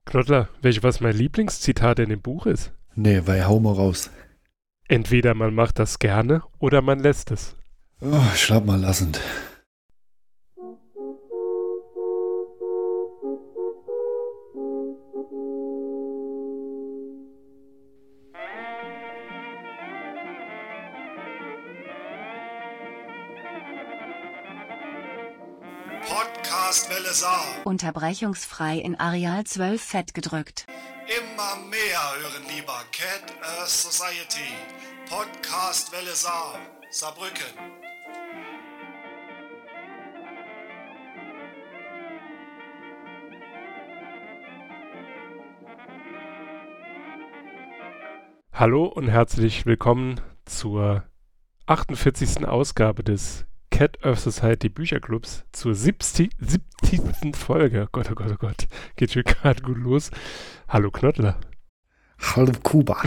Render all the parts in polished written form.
Knottler, was mein Lieblingszitat in dem Buch ist? Nee, weil hau mal raus. Entweder man macht das gerne oder man lässt es. Oh, schlapp mal lassend. Podcast-Welle Saar. Unterbrechungsfrei in Areal 12 fett gedrückt. Immer mehr hören lieber Cat Earth Society. Podcast-Welle Saar. Saarbrücken. Hallo und herzlich willkommen zur 48. Ausgabe des Cat Earth Society Bücherclubs, zur 70. Folge. Oh Gott, oh Gott, oh Gott. Geht schon gerade gut los. Hallo Knottler. Hallo Kuba.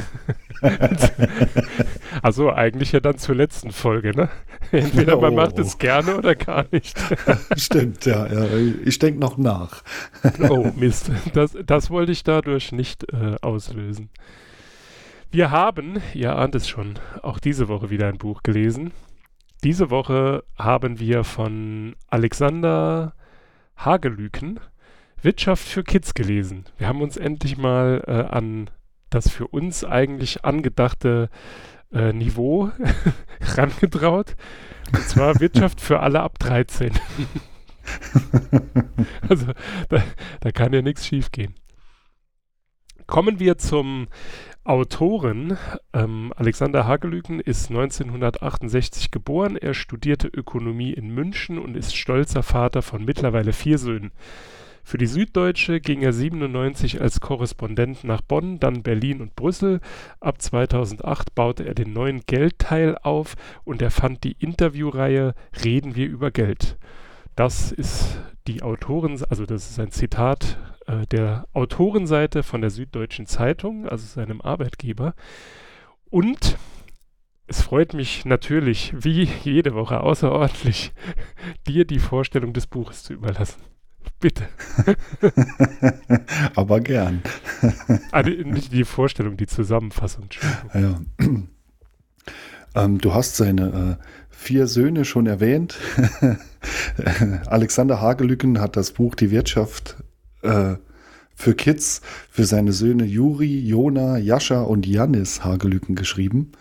Also eigentlich ja dann zur letzten Folge, ne? Entweder man macht es gerne oder gar nicht. Stimmt, ja. Ich denke noch nach. Oh Mist, das wollte ich dadurch nicht auslösen. Wir haben, ihr ahnt es schon, auch diese Woche wieder ein Buch gelesen. Diese Woche haben wir von Alexander Hagelüken Wirtschaft für Kids gelesen. Wir haben uns endlich mal an das für uns eigentlich angedachte Niveau rangetraut. Und zwar Wirtschaft für alle ab 13. Also da kann ja nichts schief gehen. Kommen wir zum Autoren. Alexander Hagelüken ist 1968 geboren. Er studierte Ökonomie in München und ist stolzer Vater von mittlerweile 4 Söhnen. Für die Süddeutsche ging er 97 als Korrespondent nach Bonn, dann Berlin und Brüssel. Ab 2008 baute er den neuen Geldteil auf und er fand die Interviewreihe Reden wir über Geld. Das ist die das ist ein Zitat der Autorenseite von der Süddeutschen Zeitung, also seinem Arbeitgeber. Und es freut mich natürlich, wie jede Woche außerordentlich, dir die Vorstellung des Buches zu überlassen. Bitte. Aber gern. Nicht die Vorstellung, die Zusammenfassung. Ja. Du hast seine 4 Söhne schon erwähnt. Alexander Hagelüken hat das Buch Die Wirtschaft für Kids für seine Söhne Juri, Jona, Jascha und Jannis Hagelüken geschrieben.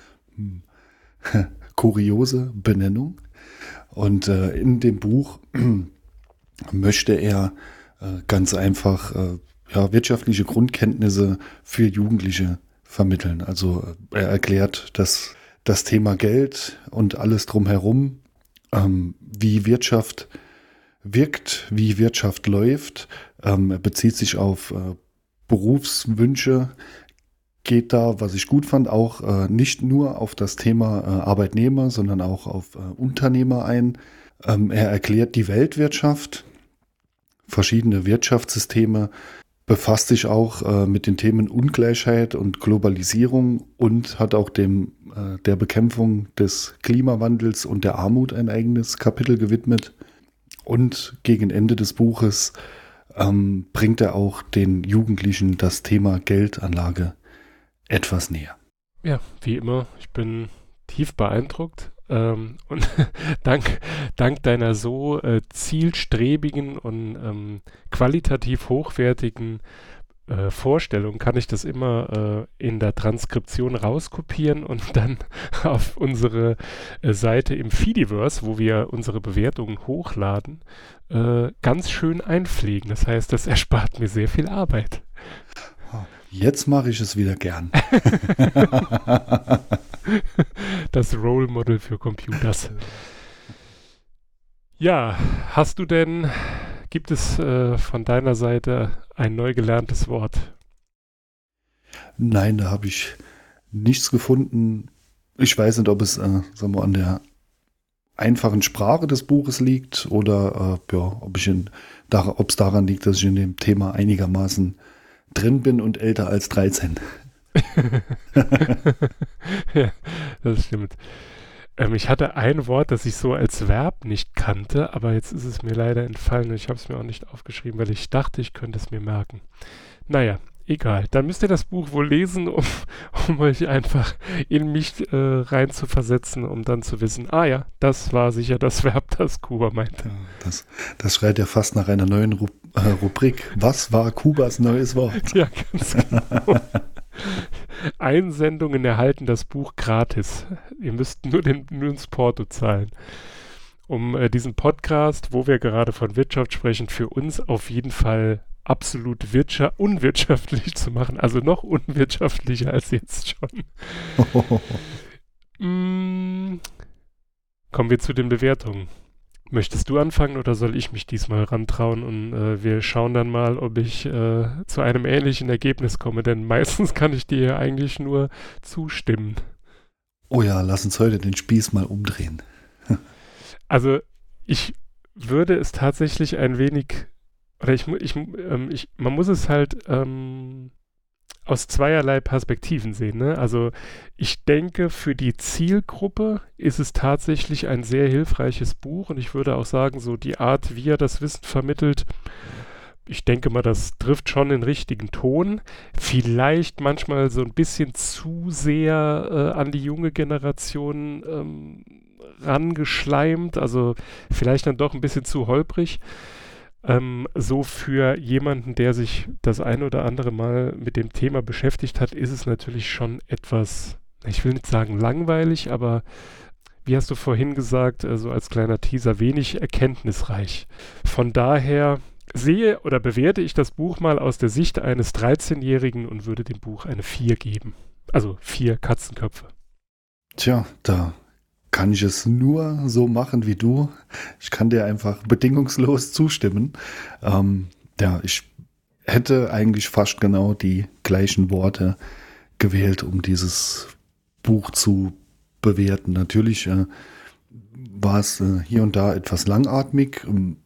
Kuriose Benennung. Und in dem Buch möchte er ganz einfach wirtschaftliche Grundkenntnisse für Jugendliche vermitteln. Also er erklärt, dass das Thema Geld und alles drumherum, wie Wirtschaft wirkt, wie Wirtschaft läuft. Er bezieht sich auf Berufswünsche, geht da, was ich gut fand, auch nicht nur auf das Thema Arbeitnehmer, sondern auch auf Unternehmer ein. Er erklärt die Weltwirtschaft, verschiedene Wirtschaftssysteme, befasst sich auch mit den Themen Ungleichheit und Globalisierung und hat auch der Bekämpfung des Klimawandels und der Armut ein eigenes Kapitel gewidmet. Und gegen Ende des Buches bringt er auch den Jugendlichen das Thema Geldanlage etwas näher. Ja, wie immer, ich bin tief beeindruckt. Und dank deiner so zielstrebigen und qualitativ hochwertigen Vorstellung kann ich das immer in der Transkription rauskopieren und dann auf unsere Seite im Feediverse, wo wir unsere Bewertungen hochladen, ganz schön einpflegen. Das heißt, das erspart mir sehr viel Arbeit. Jetzt mache ich es wieder gern. Das Role Model für Computers. Ja, gibt es von deiner Seite ein neu gelerntes Wort? Nein, da habe ich nichts gefunden. Ich weiß nicht, ob es an der einfachen Sprache des Buches liegt oder ob es daran liegt, dass ich in dem Thema einigermaßen drin bin und älter als 13. Ja, das stimmt. Ich hatte ein Wort, das ich so als Verb nicht kannte, aber jetzt ist es mir leider entfallen und ich habe es mir auch nicht aufgeschrieben, weil ich dachte, ich könnte es mir merken. Naja, egal. Dann müsst ihr das Buch wohl lesen, um euch einfach in mich rein zu versetzen, um dann zu wissen, ah ja, das war sicher das Verb, das Kuba meinte. Ja, das schreit ja fast nach einer neuen Rubrik. Was war Kubas neues Wort? Ja, ganz genau. Einsendungen erhalten das Buch gratis. Ihr müsst nur ins Porto zahlen. Um diesen Podcast, wo wir gerade von Wirtschaft sprechen, für uns auf jeden Fall absolut unwirtschaftlich zu machen. Also noch unwirtschaftlicher als jetzt schon. Kommen wir zu den Bewertungen. Möchtest du anfangen oder soll ich mich diesmal rantrauen und wir schauen dann mal, ob ich zu einem ähnlichen Ergebnis komme, denn meistens kann ich dir eigentlich nur zustimmen. Oh ja, lass uns heute den Spieß mal umdrehen. Also ich würde es tatsächlich ein wenig, oder man muss es halt aus zweierlei Perspektiven sehen, ne? Also ich denke, für die Zielgruppe ist es tatsächlich ein sehr hilfreiches Buch und ich würde auch sagen, so die Art, wie er das Wissen vermittelt, ich denke mal, das trifft schon den richtigen Ton. Vielleicht manchmal so ein bisschen zu sehr an die junge Generation rangeschleimt, also vielleicht dann doch ein bisschen zu holprig. So für jemanden, der sich das ein oder andere Mal mit dem Thema beschäftigt hat, ist es natürlich schon etwas, ich will nicht sagen langweilig, aber wie hast du vorhin gesagt, so als kleiner Teaser, wenig erkenntnisreich. Von daher sehe oder bewerte ich das Buch mal aus der Sicht eines 13-Jährigen und würde dem Buch eine 4 geben. Also 4 Katzenköpfe. Tja, da kann ich es nur so machen wie du. Ich kann dir einfach bedingungslos zustimmen. Ja, ich hätte eigentlich fast genau die gleichen Worte gewählt, um dieses Buch zu bewerten. Natürlich war es hier und da etwas langatmig.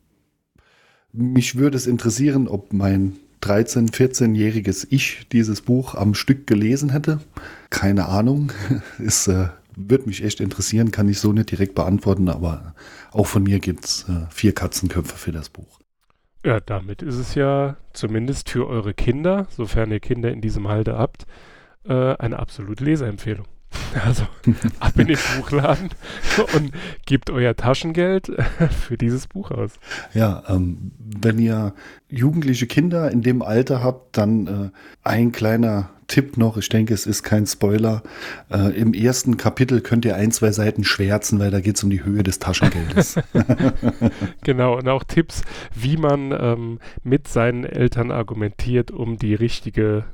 Mich würde es interessieren, ob mein 13-, 14-jähriges Ich dieses Buch am Stück gelesen hätte. Keine Ahnung. Es würde mich echt interessieren, kann ich so nicht direkt beantworten, aber auch von mir gibt es 4 Katzenköpfe für das Buch. Ja, damit ist es ja zumindest für eure Kinder, sofern ihr Kinder in diesem Alter habt, eine absolute Leseempfehlung. Also ab in den Buchladen und gebt euer Taschengeld für dieses Buch aus. Ja, wenn ihr jugendliche Kinder in dem Alter habt, dann ein kleiner Tipp noch, ich denke, es ist kein Spoiler. Im ersten Kapitel könnt ihr 1, 2 Seiten schwärzen, weil da geht es um die Höhe des Taschengeldes. Genau, und auch Tipps, wie man mit seinen Eltern argumentiert, um die richtige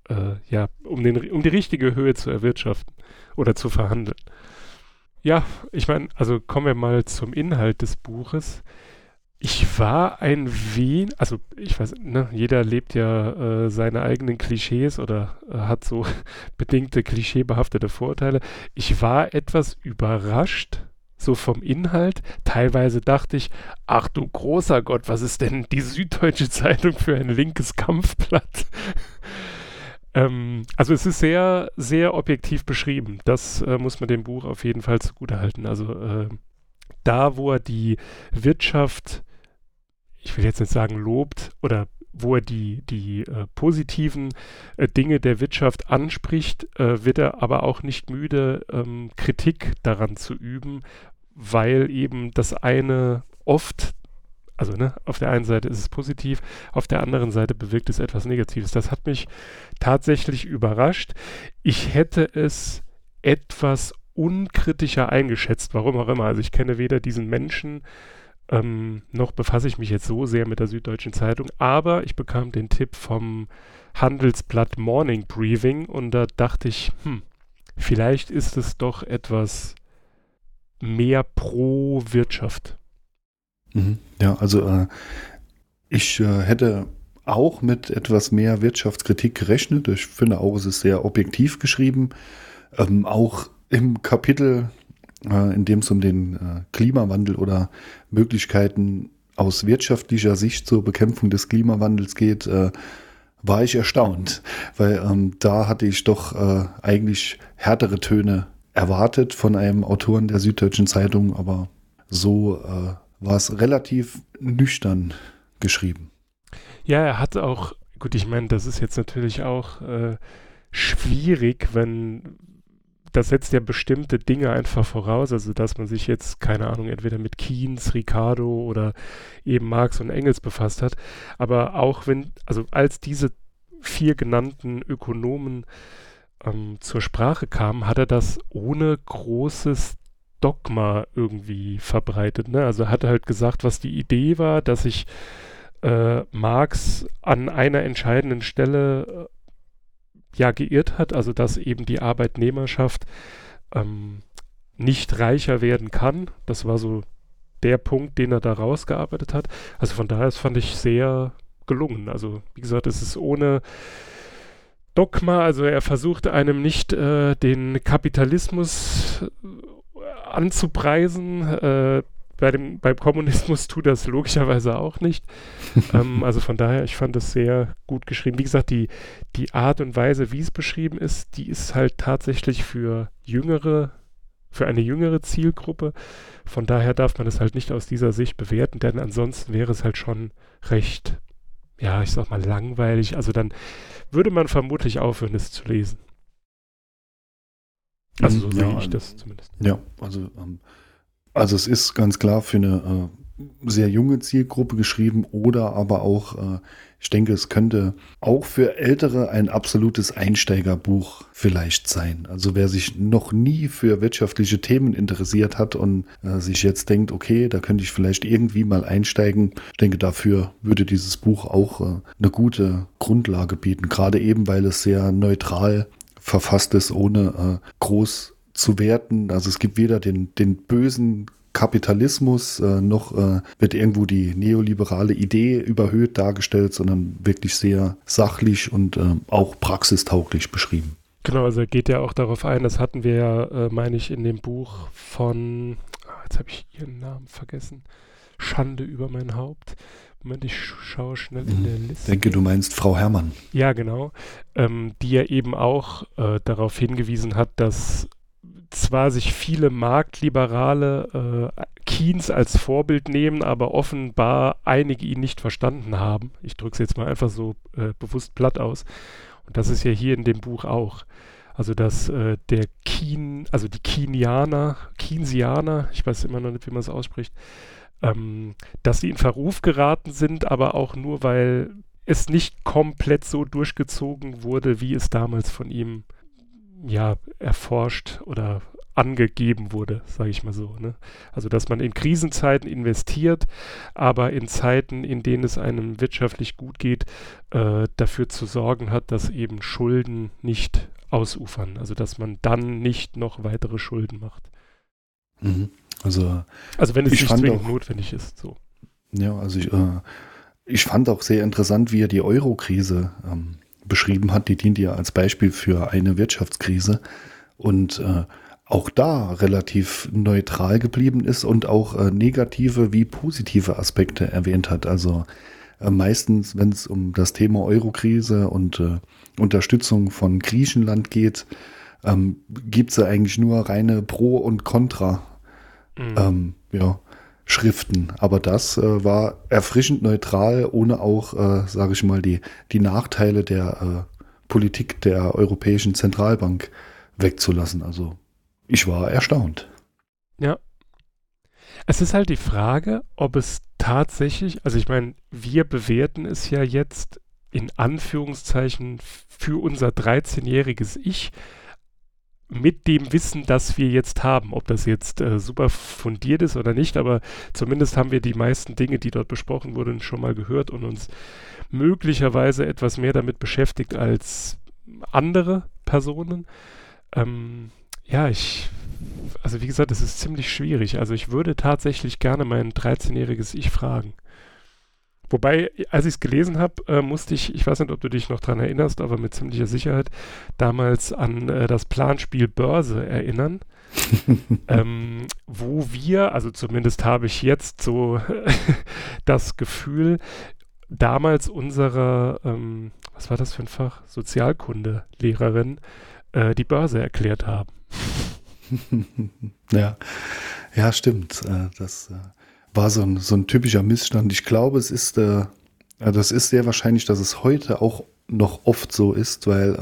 um die richtige Höhe zu erwirtschaften oder zu verhandeln. Ja, ich meine, also kommen wir mal zum Inhalt des Buches. Ich war ein wenig, also ich weiß, ne, jeder lebt ja seine eigenen Klischees oder hat so bedingte klischeebehaftete Vorurteile. Ich war etwas überrascht, so vom Inhalt. Teilweise dachte ich, ach du großer Gott, was ist denn die Süddeutsche Zeitung für ein linkes Kampfblatt? Also es ist sehr, sehr objektiv beschrieben. Das muss man dem Buch auf jeden Fall zugutehalten. Also da, wo er die Wirtschaft, ich will jetzt nicht sagen lobt, oder wo er die positiven Dinge der Wirtschaft anspricht, wird er aber auch nicht müde, Kritik daran zu üben, weil eben das eine oft, also ne, auf der einen Seite ist es positiv, auf der anderen Seite bewirkt es etwas Negatives. Das hat mich tatsächlich überrascht. Ich hätte es etwas unkritischer eingeschätzt, warum auch immer. Also ich kenne weder diesen Menschen, noch befasse ich mich jetzt so sehr mit der Süddeutschen Zeitung, aber ich bekam den Tipp vom Handelsblatt Morning Briefing und da dachte ich, vielleicht ist es doch etwas mehr pro Wirtschaft. Ja, also ich hätte auch mit etwas mehr Wirtschaftskritik gerechnet. Ich finde auch, es ist sehr objektiv geschrieben. Auch im Kapitel, in dem es um den Klimawandel oder Möglichkeiten aus wirtschaftlicher Sicht zur Bekämpfung des Klimawandels geht, war ich erstaunt, weil da hatte ich doch eigentlich härtere Töne erwartet von einem Autoren der Süddeutschen Zeitung, aber so war es relativ nüchtern geschrieben. Ja, er hat auch, gut, ich meine, das ist jetzt natürlich auch schwierig, wenn, das setzt ja bestimmte Dinge einfach voraus, also dass man sich jetzt, keine Ahnung, entweder mit Keynes, Ricardo oder eben Marx und Engels befasst hat, aber auch wenn, also als diese 4 genannten Ökonomen zur Sprache kamen, hat er das ohne großes Dogma irgendwie verbreitet, ne? Also hat er halt gesagt, was die Idee war, dass sich Marx an einer entscheidenden Stelle geirrt hat, also dass eben die Arbeitnehmerschaft nicht reicher werden kann. Das war so der Punkt, den er da rausgearbeitet hat. Also von daher, das fand ich sehr gelungen. Also wie gesagt, es ist ohne Dogma, also er versucht einem nicht den Kapitalismus anzupreisen, beim Kommunismus tut das logischerweise auch nicht. Also von daher, ich fand es sehr gut geschrieben. Wie gesagt, die Art und Weise, wie es beschrieben ist, die ist halt tatsächlich für eine jüngere Zielgruppe. Von daher darf man es halt nicht aus dieser Sicht bewerten, denn ansonsten wäre es halt schon recht, ich sag mal, langweilig. Also dann würde man vermutlich aufhören, es zu lesen. Also so sehe ich das zumindest. Ja, also es ist ganz klar für eine sehr junge Zielgruppe geschrieben oder aber auch, ich denke, es könnte auch für Ältere ein absolutes Einsteigerbuch vielleicht sein. Also wer sich noch nie für wirtschaftliche Themen interessiert hat und sich jetzt denkt, okay, da könnte ich vielleicht irgendwie mal einsteigen, ich denke, dafür würde dieses Buch auch eine gute Grundlage bieten. Gerade eben, weil es sehr neutral verfasst ist, ohne groß zu werten. Also es gibt weder den bösen Kapitalismus, noch wird irgendwo die neoliberale Idee überhöht dargestellt, sondern wirklich sehr sachlich und auch praxistauglich beschrieben. Genau, also er geht ja auch darauf ein, das hatten wir ja, meine ich, in dem Buch von, jetzt habe ich ihren Namen vergessen, Schande über mein Haupt. Moment, ich schaue schnell in der Liste. Ich denke, du meinst Frau Herrmann. Ja, genau. Die ja eben auch darauf hingewiesen hat, dass zwar sich viele Marktliberale Keynes als Vorbild nehmen, aber offenbar einige ihn nicht verstanden haben. Ich drücke es jetzt mal einfach so bewusst platt aus. Und das ist ja hier in dem Buch auch. Also dass die Keynesianer, ich weiß immer noch nicht, wie man es ausspricht, dass sie in Verruf geraten sind, aber auch nur, weil es nicht komplett so durchgezogen wurde, wie es damals von ihm erforscht oder angegeben wurde, sage ich mal so. Ne? Also, dass man in Krisenzeiten investiert, aber in Zeiten, in denen es einem wirtschaftlich gut geht, dafür zu sorgen hat, dass eben Schulden nicht ausufern. Also, dass man dann nicht noch weitere Schulden macht. Mhm. Also wenn es nicht zwingend notwendig ist. So. Ja, also ich fand auch sehr interessant, wie er die Euro-Krise beschrieben hat. Die dient ja als Beispiel für eine Wirtschaftskrise und auch da relativ neutral geblieben ist und auch negative wie positive Aspekte erwähnt hat. Also meistens, wenn es um das Thema Euro-Krise und Unterstützung von Griechenland geht, gibt es ja eigentlich nur reine Pro- und Contra Schriften. Aber das war erfrischend neutral, ohne auch, sage ich mal, die Nachteile der Politik der Europäischen Zentralbank wegzulassen. Also ich war erstaunt. Ja. Es ist halt die Frage, ob es tatsächlich, also ich meine, wir bewerten es ja jetzt in Anführungszeichen für unser 13-jähriges Ich mit dem Wissen, das wir jetzt haben. Ob das jetzt super fundiert ist oder nicht, aber zumindest haben wir die meisten Dinge, die dort besprochen wurden, schon mal gehört und uns möglicherweise etwas mehr damit beschäftigt als andere Personen. Also wie gesagt, es ist ziemlich schwierig. Also ich würde tatsächlich gerne mein 13-jähriges Ich fragen. Wobei, als ich es gelesen habe, musste ich weiß nicht, ob du dich noch dran erinnerst, aber mit ziemlicher Sicherheit damals an das Planspiel Börse erinnern, wo wir, also zumindest habe ich jetzt so das Gefühl, damals unsere, was war das für ein Fach? Sozialkunde-Lehrerin, die Börse erklärt haben. Ja, stimmt. Das war so ein typischer Missstand. Ich glaube, das ist sehr wahrscheinlich, dass es heute auch noch oft so ist, weil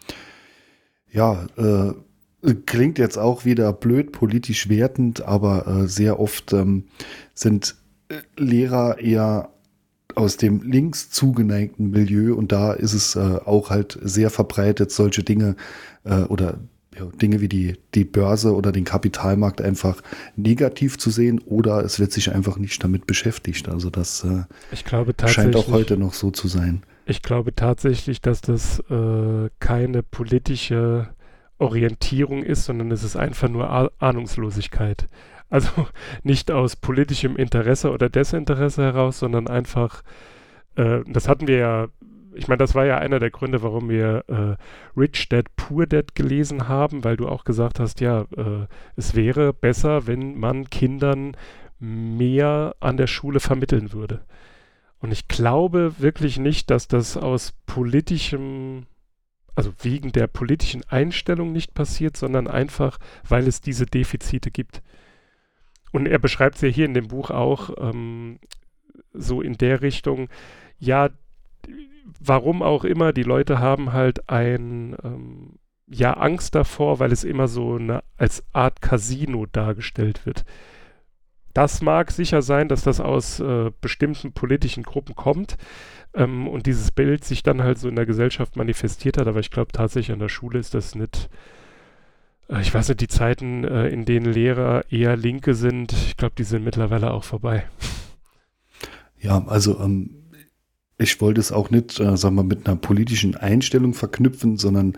klingt jetzt auch wieder blöd, politisch wertend, aber sehr oft sind Lehrer eher aus dem links zugeneigten Milieu und da ist es auch halt sehr verbreitet, solche Dinge oder Dinge wie die Börse oder den Kapitalmarkt einfach negativ zu sehen oder es wird sich einfach nicht damit beschäftigt. Also das Ich glaube scheint auch tatsächlich, heute noch so zu sein. ich glaube tatsächlich, dass das keine politische Orientierung ist, sondern es ist einfach nur Ahnungslosigkeit. Also nicht aus politischem Interesse oder Desinteresse heraus, sondern einfach, das hatten wir ja, ich meine, das war ja einer der Gründe, warum wir Rich Dad, Poor Dad gelesen haben, weil du auch gesagt hast, ja, es wäre besser, wenn man Kindern mehr an der Schule vermitteln würde. Und ich glaube wirklich nicht, dass das aus politischem, also wegen der politischen Einstellung nicht passiert, sondern einfach, weil es diese Defizite gibt. Und er beschreibt es ja hier in dem Buch auch so in der Richtung, ja, warum auch immer, die Leute haben halt Angst davor, weil es immer so als Art Casino dargestellt wird. Das mag sicher sein, dass das aus bestimmten politischen Gruppen kommt und dieses Bild sich dann halt so in der Gesellschaft manifestiert hat, aber ich glaube tatsächlich an der Schule ist das nicht, ich weiß nicht, die Zeiten, in denen Lehrer eher Linke sind, ich glaube, die sind mittlerweile auch vorbei. Ja, also ich wollte es auch nicht, sagen wir, mit einer politischen Einstellung verknüpfen, sondern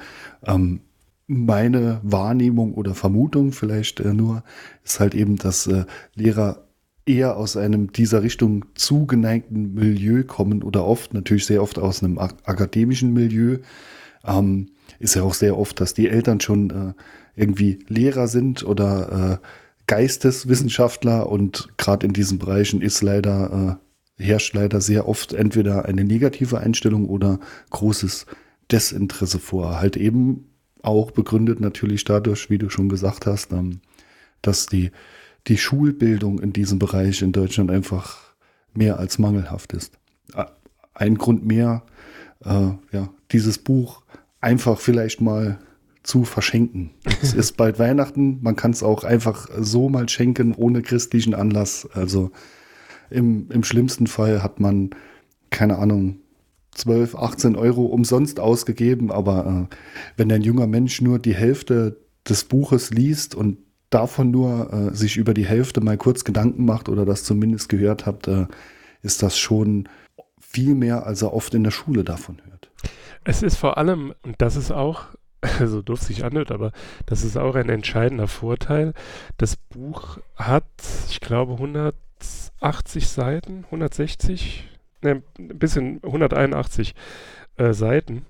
meine Wahrnehmung oder Vermutung vielleicht nur, ist halt eben, dass Lehrer eher aus einem dieser Richtung zugeneigten Milieu kommen oder natürlich sehr oft aus einem akademischen Milieu. Ist ja auch sehr oft, dass die Eltern schon irgendwie Lehrer sind oder Geisteswissenschaftler und gerade in diesen Bereichen herrscht leider sehr oft entweder eine negative Einstellung oder großes Desinteresse vor. Halt eben auch begründet natürlich dadurch, wie du schon gesagt hast, dass die Schulbildung in diesem Bereich in Deutschland einfach mehr als mangelhaft ist. Ein Grund mehr, dieses Buch einfach vielleicht mal zu verschenken. Es ist bald Weihnachten, man kann es auch einfach so mal schenken, ohne christlichen Anlass. Also im schlimmsten Fall hat man, keine Ahnung, 12, 18 Euro umsonst ausgegeben, aber wenn ein junger Mensch nur die Hälfte des Buches liest und davon nur sich über die Hälfte mal kurz Gedanken macht oder das zumindest gehört hat, ist das schon viel mehr, als er oft in der Schule davon hört. Es ist vor allem, und das ist auch, so doof sich anhört, aber das ist auch ein entscheidender Vorteil. Das Buch hat, ich glaube, 180 Seiten, 160, ein bisschen 181 Seiten.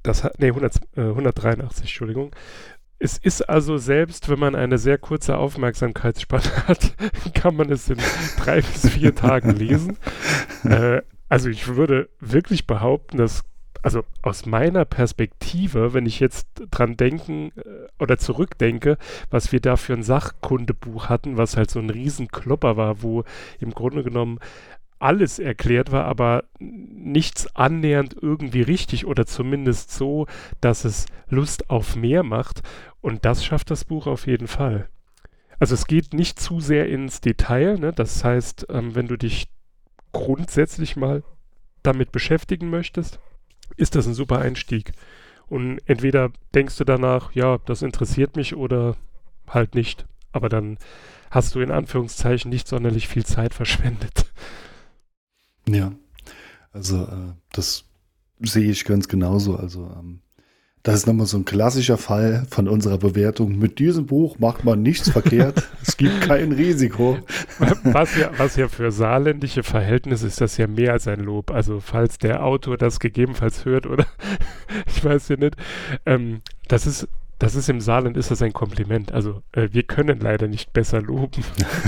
183, Entschuldigung. Es ist also, selbst wenn man eine sehr kurze Aufmerksamkeitsspanne hat, kann man es in 3 bis 4 Tagen lesen. Also ich würde wirklich behaupten, dass, also aus meiner Perspektive, wenn ich jetzt dran denken oder zurückdenke, was wir da für ein Sachkundebuch hatten, was halt so ein Riesenklopper war, wo im Grunde genommen alles erklärt war, aber nichts annähernd irgendwie richtig oder zumindest so, dass es Lust auf mehr macht. Und das schafft das Buch auf jeden Fall. Also es geht nicht zu sehr ins Detail, ne? Das heißt, wenn du dich grundsätzlich mal damit beschäftigen möchtest, ist das ein super Einstieg. Und entweder denkst du danach, ja, das interessiert mich oder halt nicht. Aber dann hast du in Anführungszeichen nicht sonderlich viel Zeit verschwendet. Ja, also das sehe ich ganz genauso. Also das ist nochmal so ein klassischer Fall von unserer Bewertung. Mit diesem Buch macht man nichts verkehrt. Es gibt kein Risiko. Was ja für saarländische Verhältnisse ist das ja mehr als ein Lob. Also falls der Autor das gegebenenfalls hört oder ich weiß ja nicht. Das ist im Saarland ist das ein Kompliment. Also wir können leider nicht besser loben.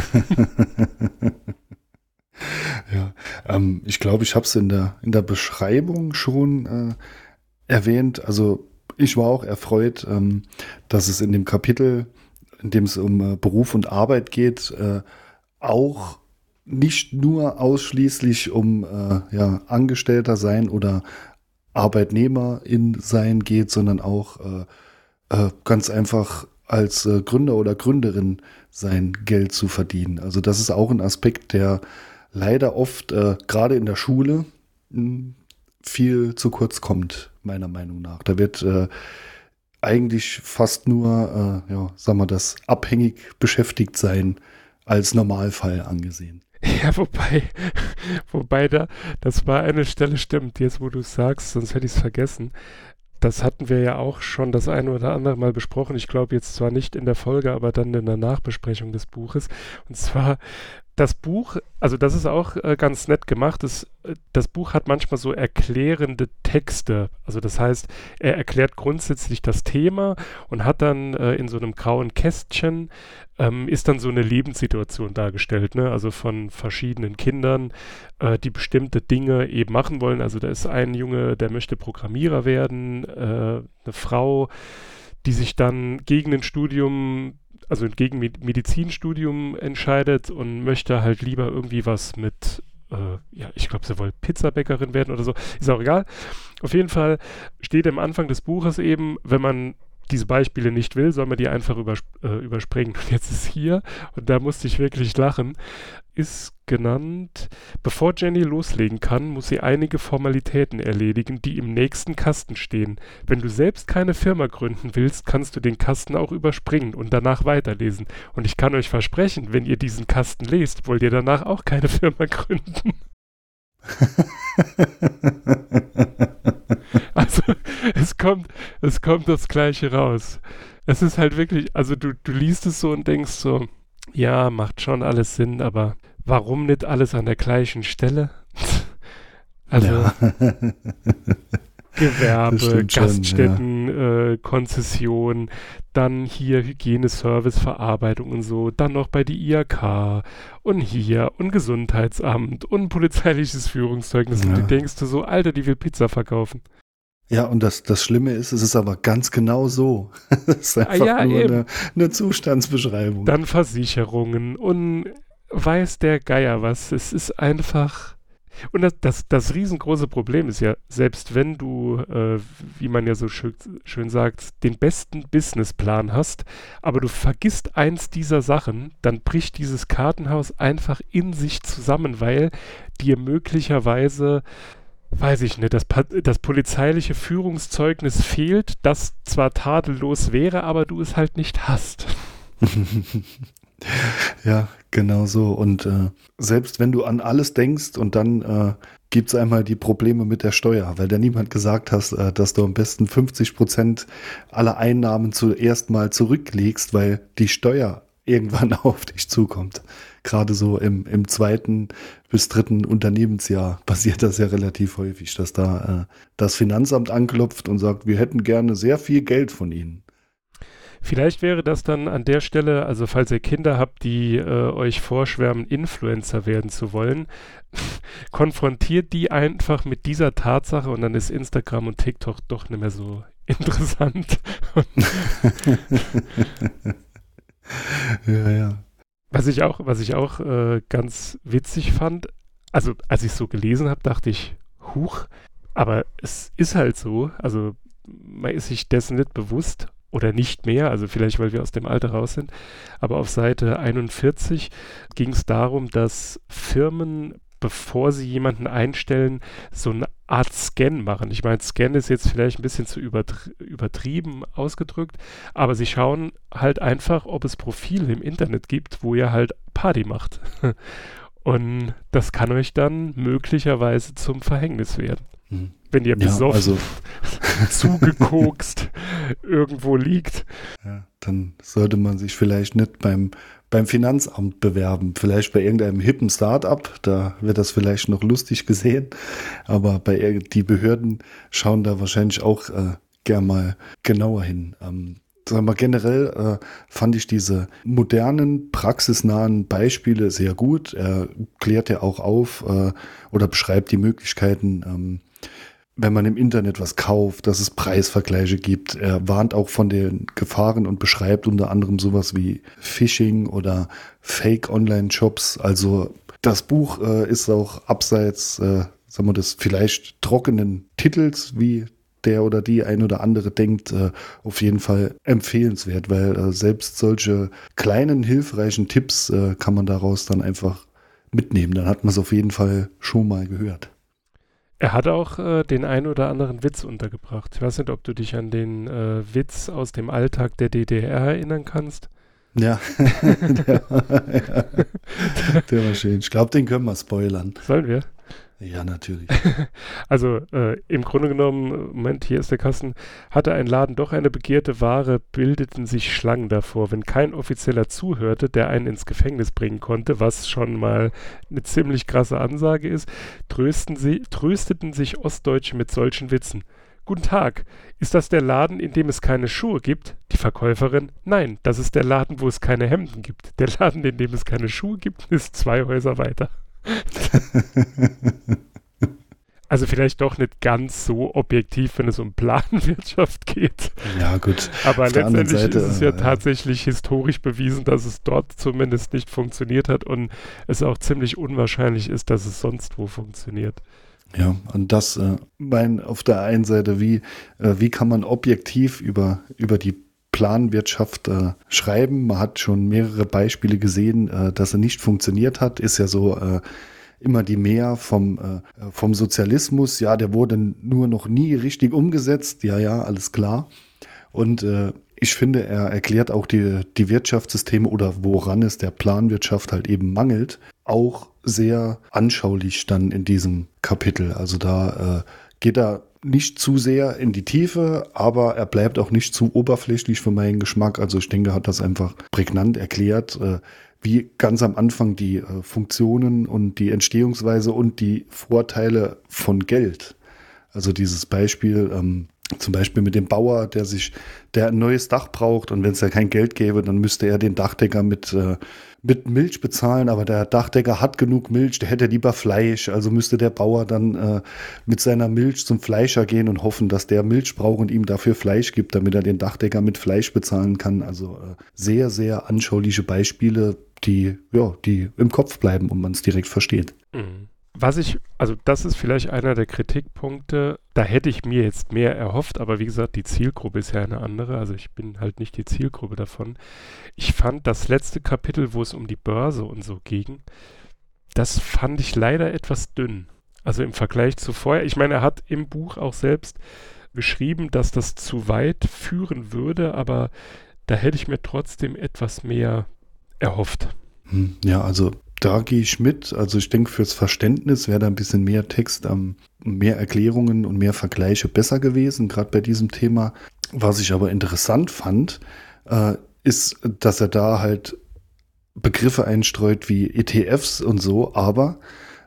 Ja, ich glaube, ich habe es in der Beschreibung schon erwähnt. Also ich war auch erfreut, dass es in dem Kapitel in dem es um Beruf und Arbeit geht, auch nicht nur ausschließlich um Angestellter sein oder Arbeitnehmer in sein geht, sondern auch ganz einfach als Gründer oder Gründerin sein Geld zu verdienen. Also das ist auch ein Aspekt, der leider oft gerade in der Schule viel zu kurz kommt, meiner Meinung nach. Da wird eigentlich fast nur, das abhängig beschäftigt sein als Normalfall angesehen. Ja, wobei das war eine Stelle, stimmt, jetzt wo du es sagst, sonst hätte ich es vergessen. Das hatten wir ja auch schon das eine oder andere Mal besprochen. Ich glaube jetzt zwar nicht in der Folge, aber dann in der Nachbesprechung des Buches. Und zwar das Buch, also das ist auch ganz nett gemacht. Das Buch hat manchmal so erklärende Texte. Also das heißt, er erklärt grundsätzlich das Thema und hat dann in so einem grauen Kästchen ist dann so eine Lebenssituation dargestellt, ne? Also von verschiedenen Kindern, die bestimmte Dinge eben machen wollen. Also da ist ein Junge, der möchte Programmierer werden, eine Frau, die sich dann gegen ein Studium, also gegen Medizinstudium entscheidet und möchte halt lieber irgendwie was mit, ich glaube, sie wollte Pizzabäckerin werden oder so, ist auch egal. Auf jeden Fall steht am Anfang des Buches eben, wenn man diese Beispiele nicht will, soll man die einfach überspringen. Und jetzt ist hier, und da musste ich wirklich lachen, ist genannt, bevor Jenny loslegen kann, muss sie einige Formalitäten erledigen, die im nächsten Kasten stehen. Wenn du selbst keine Firma gründen willst, kannst du den Kasten auch überspringen und danach weiterlesen. Und ich kann euch versprechen, wenn ihr diesen Kasten lest, wollt ihr danach auch keine Firma gründen. Also es kommt das Gleiche raus. Es ist halt wirklich, also du liest es so und denkst so, ja, macht schon alles Sinn, aber warum nicht alles an der gleichen Stelle? Also Ja. Gewerbe, Gaststätten, Schon, Konzession, dann hier Hygieneservice, Verarbeitung und so, dann noch bei die IHK und hier und Gesundheitsamt und polizeiliches Führungszeugnis. Und du denkst du so, Alter, die will Pizza verkaufen. Ja, und das Schlimme ist, es ist aber ganz genau so. Es ist einfach nur eine Zustandsbeschreibung. Dann Versicherungen und weiß der Geier was. Es ist einfach... Und das riesengroße Problem ist ja, selbst wenn du, wie man ja so schön sagt, den besten Businessplan hast, aber du vergisst eins dieser Sachen, dann bricht dieses Kartenhaus einfach in sich zusammen, weil dir möglicherweise, weiß ich nicht, das polizeiliche Führungszeugnis fehlt, das zwar tadellos wäre, aber du es halt nicht hast. Ja, genau so. Und selbst wenn du an alles denkst und dann gibt es einmal die Probleme mit der Steuer, weil da niemand gesagt hast, dass du am besten 50% aller Einnahmen zuerst mal zurücklegst, weil die Steuer irgendwann auf dich zukommt. Gerade so im 2. bis 3. Unternehmensjahr passiert das ja relativ häufig, dass da das Finanzamt anklopft und sagt, wir hätten gerne sehr viel Geld von Ihnen. Vielleicht wäre das dann an der Stelle, also falls ihr Kinder habt, die euch vorschwärmen, Influencer werden zu wollen, konfrontiert die einfach mit dieser Tatsache und dann ist Instagram und TikTok doch nicht mehr so interessant. Ja. Was ich auch ganz witzig fand, also als ich es so gelesen habe, dachte ich, huch, aber es ist halt so, also man ist sich dessen nicht bewusst, oder nicht mehr, also vielleicht, weil wir aus dem Alter raus sind, aber auf Seite 41 ging es darum, dass Firmen, bevor sie jemanden einstellen, so eine Art Scan machen. Ich meine, Scan ist jetzt vielleicht ein bisschen zu übertrieben ausgedrückt, aber sie schauen halt einfach, ob es Profile im Internet gibt, wo ihr halt Party macht. Und das kann euch dann möglicherweise zum Verhängnis werden. Wenn ihr besoffen, zugekokst irgendwo liegt. Ja, dann sollte man sich vielleicht nicht beim Finanzamt bewerben. Vielleicht bei irgendeinem hippen Start-up, da wird das vielleicht noch lustig gesehen. Aber die Behörden schauen da wahrscheinlich auch gern mal genauer hin. Sagen wir generell fand ich diese modernen, praxisnahen Beispiele sehr gut. Er klärt ja auch auf oder beschreibt die Möglichkeiten, wenn man im Internet was kauft, dass es Preisvergleiche gibt. Er warnt auch von den Gefahren und beschreibt unter anderem sowas wie Phishing oder Fake-Online-Shops. Also das Buch ist auch abseits, sagen wir des vielleicht trockenen Titels, wie der oder die ein oder andere denkt, auf jeden Fall empfehlenswert, weil selbst solche kleinen, hilfreichen Tipps kann man daraus dann einfach mitnehmen. Dann hat man es auf jeden Fall schon mal gehört. Er hat auch den einen oder anderen Witz untergebracht. Ich weiß nicht, ob du dich an den Witz aus dem Alltag der DDR erinnern kannst. Ja, der war schön. Ich glaube, den können wir spoilern. Sollen wir? Ja, natürlich. Also im Grunde genommen, Moment, hier ist der Kasten, hatte ein Laden doch eine begehrte Ware, bildeten sich Schlangen davor. Wenn kein Offizieller zuhörte, der einen ins Gefängnis bringen konnte, was schon mal eine ziemlich krasse Ansage ist, trösteten sich Ostdeutsche mit solchen Witzen. Guten Tag, ist das der Laden, in dem es keine Schuhe gibt? Die Verkäuferin, nein, das ist der Laden, wo es keine Hemden gibt. Der Laden, in dem es keine Schuhe gibt, ist 2 Häuser weiter. Also vielleicht doch nicht ganz so objektiv, wenn es um Planwirtschaft geht. Ja, gut. Aber Auf der anderen letztendlich Seite, ist es ja tatsächlich historisch bewiesen, dass es dort zumindest nicht funktioniert hat und es auch ziemlich unwahrscheinlich ist, dass es sonst wo funktioniert. Ja, und das, auf der einen Seite, wie kann man objektiv über die Planwirtschaft schreiben. Man hat schon mehrere Beispiele gesehen, dass er nicht funktioniert hat. Ist ja so immer die Mehr vom Sozialismus. Ja, der wurde nur noch nie richtig umgesetzt. Ja, alles klar. Und ich finde, er erklärt auch die Wirtschaftssysteme oder woran es der Planwirtschaft halt eben mangelt, auch sehr anschaulich dann in diesem Kapitel. Also da geht er nicht zu sehr in die Tiefe, aber er bleibt auch nicht zu oberflächlich für meinen Geschmack. Also ich denke, er hat das einfach prägnant erklärt, wie ganz am Anfang die Funktionen und die Entstehungsweise und die Vorteile von Geld. Also dieses Beispiel, zum Beispiel mit dem Bauer, der ein neues Dach braucht und wenn es ja kein Geld gäbe, dann müsste er den Dachdecker mit Milch bezahlen, aber der Dachdecker hat genug Milch, der hätte lieber Fleisch, also müsste der Bauer dann mit seiner Milch zum Fleischer gehen und hoffen, dass der Milch braucht und ihm dafür Fleisch gibt, damit er den Dachdecker mit Fleisch bezahlen kann. Also sehr, sehr anschauliche Beispiele, die im Kopf bleiben und man es direkt versteht. Mhm. Also das ist vielleicht einer der Kritikpunkte, da hätte ich mir jetzt mehr erhofft, aber wie gesagt, die Zielgruppe ist ja eine andere, also ich bin halt nicht die Zielgruppe davon. Ich fand das letzte Kapitel, wo es um die Börse und so ging, das fand ich leider etwas dünn. Also im Vergleich zu vorher, ich meine, er hat im Buch auch selbst geschrieben, dass das zu weit führen würde, aber da hätte ich mir trotzdem etwas mehr erhofft. Ja, also da gehe ich mit. Also ich denke, fürs Verständnis wäre da ein bisschen mehr Text, mehr Erklärungen und mehr Vergleiche besser gewesen, gerade bei diesem Thema. Was ich aber interessant fand, ist, dass er da halt Begriffe einstreut wie ETFs und so, aber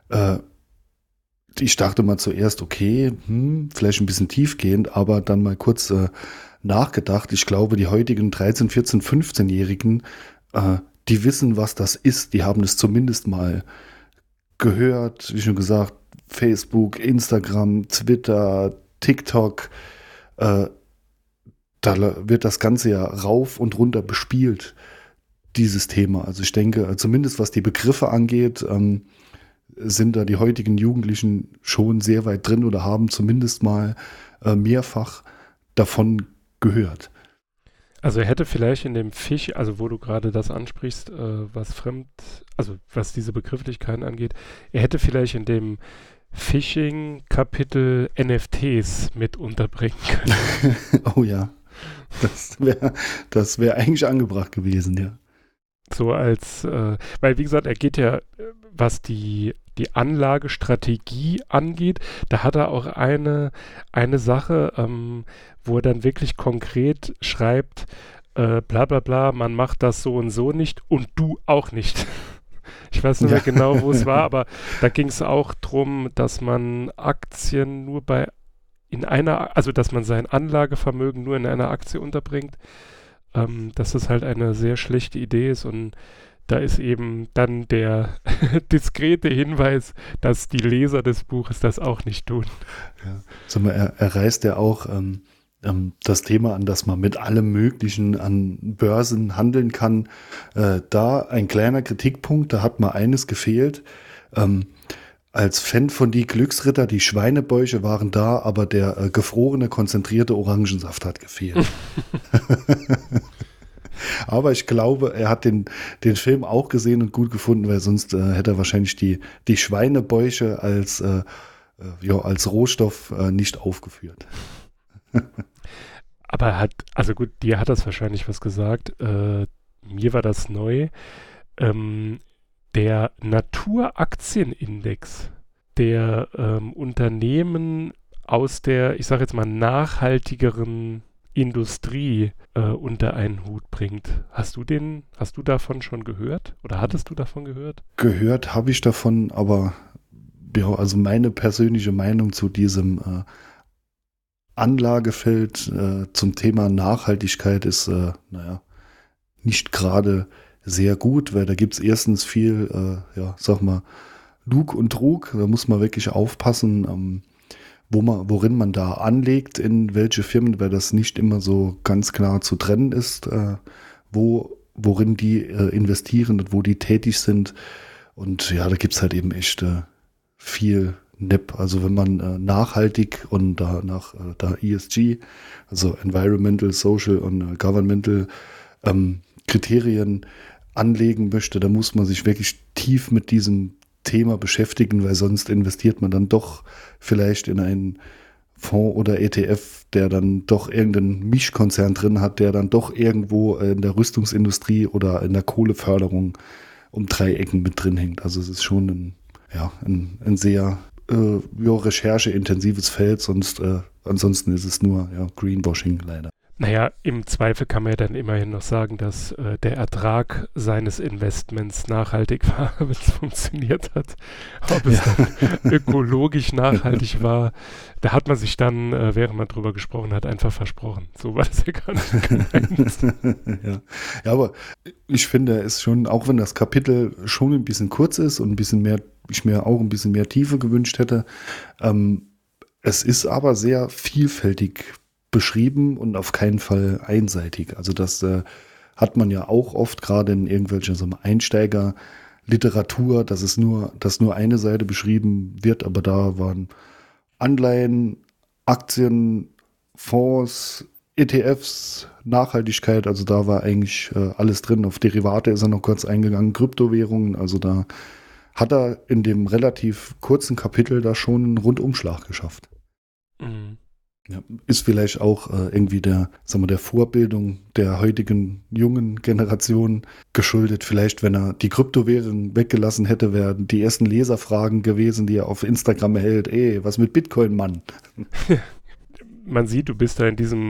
ich dachte mal zuerst, okay, vielleicht ein bisschen tiefgehend, aber dann mal kurz nachgedacht. Ich glaube, die heutigen 13-, 14-, 15-Jährigen, die wissen, was das ist. Die haben es zumindest mal gehört. Wie schon gesagt, Facebook, Instagram, Twitter, TikTok. Da wird das Ganze ja rauf und runter bespielt, dieses Thema. Also ich denke, zumindest was die Begriffe angeht, sind da die heutigen Jugendlichen schon sehr weit drin oder haben zumindest mal mehrfach davon gehört. Also er hätte vielleicht in dem also wo du gerade das ansprichst, was diese Begrifflichkeiten angeht, er hätte vielleicht in dem Phishing-Kapitel NFTs mit unterbringen können. Oh ja, das wäre eigentlich angebracht gewesen, ja. So weil wie gesagt, er geht ja, was die Anlagestrategie angeht, da hat er auch eine Sache, wo er dann wirklich konkret schreibt, bla bla bla, man macht das so und so nicht und du auch nicht. Ich weiß nicht mehr genau, wo es war, aber da ging es auch drum, dass man Aktien nur dass man sein Anlagevermögen nur in einer Aktie unterbringt, dass das halt eine sehr schlechte Idee ist und da ist eben dann der diskrete Hinweis, dass die Leser des Buches das auch nicht tun. Ja. Sag mal, er reißt ja auch das Thema an, dass man mit allem Möglichen an Börsen handeln kann. Da ein kleiner Kritikpunkt, da hat mir eines gefehlt. Als Fan von die Glücksritter, die Schweinebäuche waren da, aber der gefrorene, konzentrierte Orangensaft hat gefehlt. Aber ich glaube, er hat den Film auch gesehen und gut gefunden, weil sonst hätte er wahrscheinlich die Schweinebäuche als Rohstoff nicht aufgeführt. Aber er hat, also gut, dir hat das wahrscheinlich was gesagt. Mir war das neu. Der Naturaktienindex der Unternehmen aus der, ich sage jetzt mal, nachhaltigeren Industrie unter einen Hut bringt. Hast du davon schon gehört? Oder hattest du davon gehört? Gehört habe ich davon, aber ja, also meine persönliche Meinung zu diesem Anlagefeld zum Thema Nachhaltigkeit ist, nicht gerade sehr gut, weil da gibt es erstens viel, Lug und Trug. Da muss man wirklich aufpassen, worin man da anlegt, in welche Firmen, weil das nicht immer so ganz klar zu trennen ist, worin die investieren und wo die tätig sind. Und ja, da gibt es halt eben echt viel Nepp. Also wenn man nachhaltig und danach ESG, also Environmental, Social und Governmental Kriterien anlegen möchte, da muss man sich wirklich tief mit diesem Thema beschäftigen, weil sonst investiert man dann doch vielleicht in einen Fonds oder ETF, der dann doch irgendeinen Mischkonzern drin hat, der dann doch irgendwo in der Rüstungsindustrie oder in der Kohleförderung um 3 Ecken mit drin hängt. Also es ist schon ein sehr rechercheintensives Feld, sonst ansonsten ist es nur Greenwashing leider. Naja, im Zweifel kann man ja dann immerhin noch sagen, dass der Ertrag seines Investments nachhaltig war, wenn es funktioniert hat. Ob es dann ökologisch nachhaltig war, da hat man sich dann, während man drüber gesprochen hat, einfach versprochen. So war das ja gar nicht gemeint. Ja, aber ich finde es schon, auch wenn das Kapitel schon ein bisschen kurz ist und ein bisschen mehr, ich mir auch ein bisschen mehr Tiefe gewünscht hätte, es ist aber sehr vielfältig beschrieben und auf keinen Fall einseitig. Also das hat man ja auch oft, gerade in irgendwelcher so Einsteigerliteratur, dass nur eine Seite beschrieben wird, aber da waren Anleihen, Aktien, Fonds, ETFs, Nachhaltigkeit, also da war eigentlich alles drin. Auf Derivate ist er noch kurz eingegangen, Kryptowährungen, also da hat er in dem relativ kurzen Kapitel da schon einen Rundumschlag geschafft. Mhm. Ja, ist vielleicht auch irgendwie der Vorbildung der heutigen jungen Generation geschuldet. Vielleicht, wenn er die Kryptowährung weggelassen hätte, wären die ersten Leserfragen gewesen, die er auf Instagram erhält. Was mit Bitcoin, Mann? Man sieht, du bist da in diesem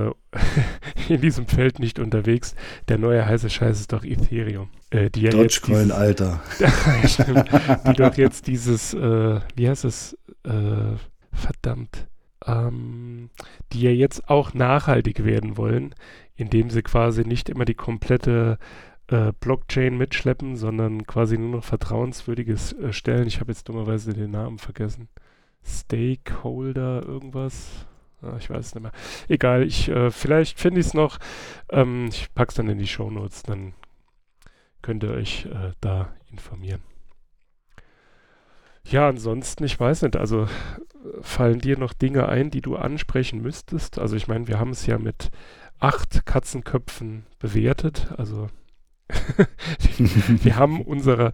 Feld nicht unterwegs. Der neue heiße Scheiß ist doch Ethereum. Dogecoin, Alter. Stimmt, die doch jetzt dieses, wie heißt es, verdammt, die ja jetzt auch nachhaltig werden wollen, indem sie quasi nicht immer die komplette Blockchain mitschleppen, sondern quasi nur noch vertrauenswürdiges stellen. Ich habe jetzt dummerweise den Namen vergessen. Stakeholder, irgendwas. Ich weiß es nicht mehr. Egal, vielleicht finde ich es noch. Ich packe es dann in die Shownotes, dann könnt ihr euch da informieren. Ja, ansonsten, ich weiß nicht, also fallen dir noch Dinge ein, die du ansprechen müsstest? Also ich meine, wir haben es ja mit 8 Katzenköpfen bewertet, also wir haben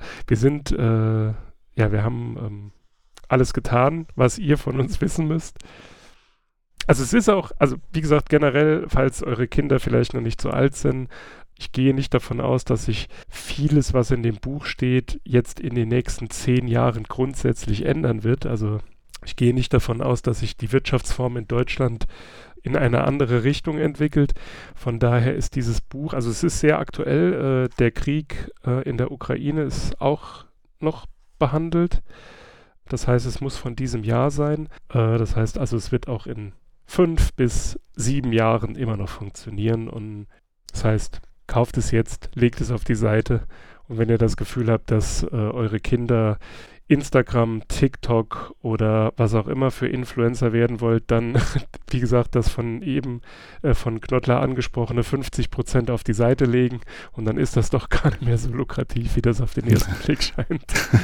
alles getan, was ihr von uns wissen müsst. Also es ist auch, also wie gesagt, generell, falls eure Kinder vielleicht noch nicht so alt sind, ich gehe nicht davon aus, dass sich vieles, was in dem Buch steht, jetzt in den nächsten 10 Jahren grundsätzlich ändern wird. Also ich gehe nicht davon aus, dass sich die Wirtschaftsform in Deutschland in eine andere Richtung entwickelt. Von daher ist dieses Buch, also es ist sehr aktuell, der Krieg in der Ukraine ist auch noch behandelt. Das heißt, es muss von diesem Jahr sein. Das heißt also, es wird auch in 5 bis 7 Jahren immer noch funktionieren. Und das heißt, kauft es jetzt, legt es auf die Seite Und wenn ihr das Gefühl habt, dass eure Kinder Instagram, TikTok oder was auch immer für Influencer werden wollt, dann, wie gesagt, das von Knottler angesprochene 50% auf die Seite legen und dann ist das doch gar nicht mehr so lukrativ, wie das auf den ersten Blick scheint.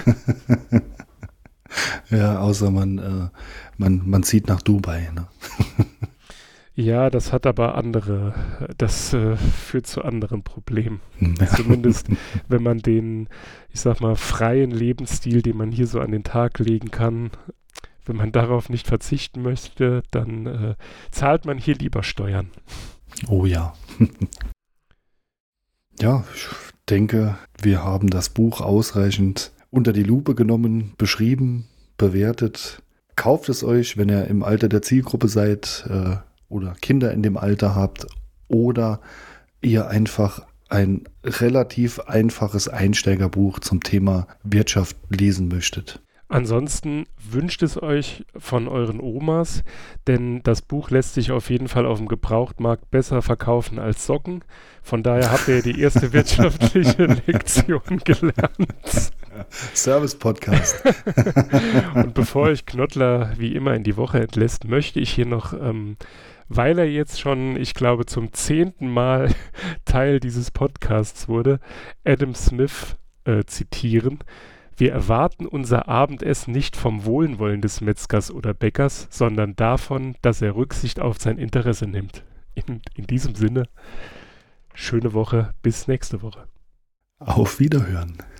Ja, außer man zieht nach Dubai, ne? Ja, das hat aber das führt zu anderen Problemen. Ja. Zumindest, wenn man den, ich sag mal, freien Lebensstil, den man hier so an den Tag legen kann, wenn man darauf nicht verzichten möchte, dann zahlt man hier lieber Steuern. Oh ja. Ja, ich denke, wir haben das Buch ausreichend unter die Lupe genommen, beschrieben, bewertet. Kauft es euch, wenn ihr im Alter der Zielgruppe seid, oder Kinder in dem Alter habt oder ihr einfach ein relativ einfaches Einsteigerbuch zum Thema Wirtschaft lesen möchtet. Ansonsten wünscht es euch von euren Omas, denn das Buch lässt sich auf jeden Fall auf dem Gebrauchtmarkt besser verkaufen als Socken. Von daher habt ihr die erste wirtschaftliche Lektion gelernt. Service-Podcast. Und bevor ich Knottler wie immer in die Woche entlässt, möchte ich hier noch, weil er jetzt schon, ich glaube, zum 10. Mal Teil dieses Podcasts wurde, Adam Smith zitieren. Wir erwarten unser Abendessen nicht vom Wohlwollen des Metzgers oder Bäckers, sondern davon, dass er Rücksicht auf sein Interesse nimmt. In diesem Sinne, schöne Woche, bis nächste Woche. Auf Wiederhören.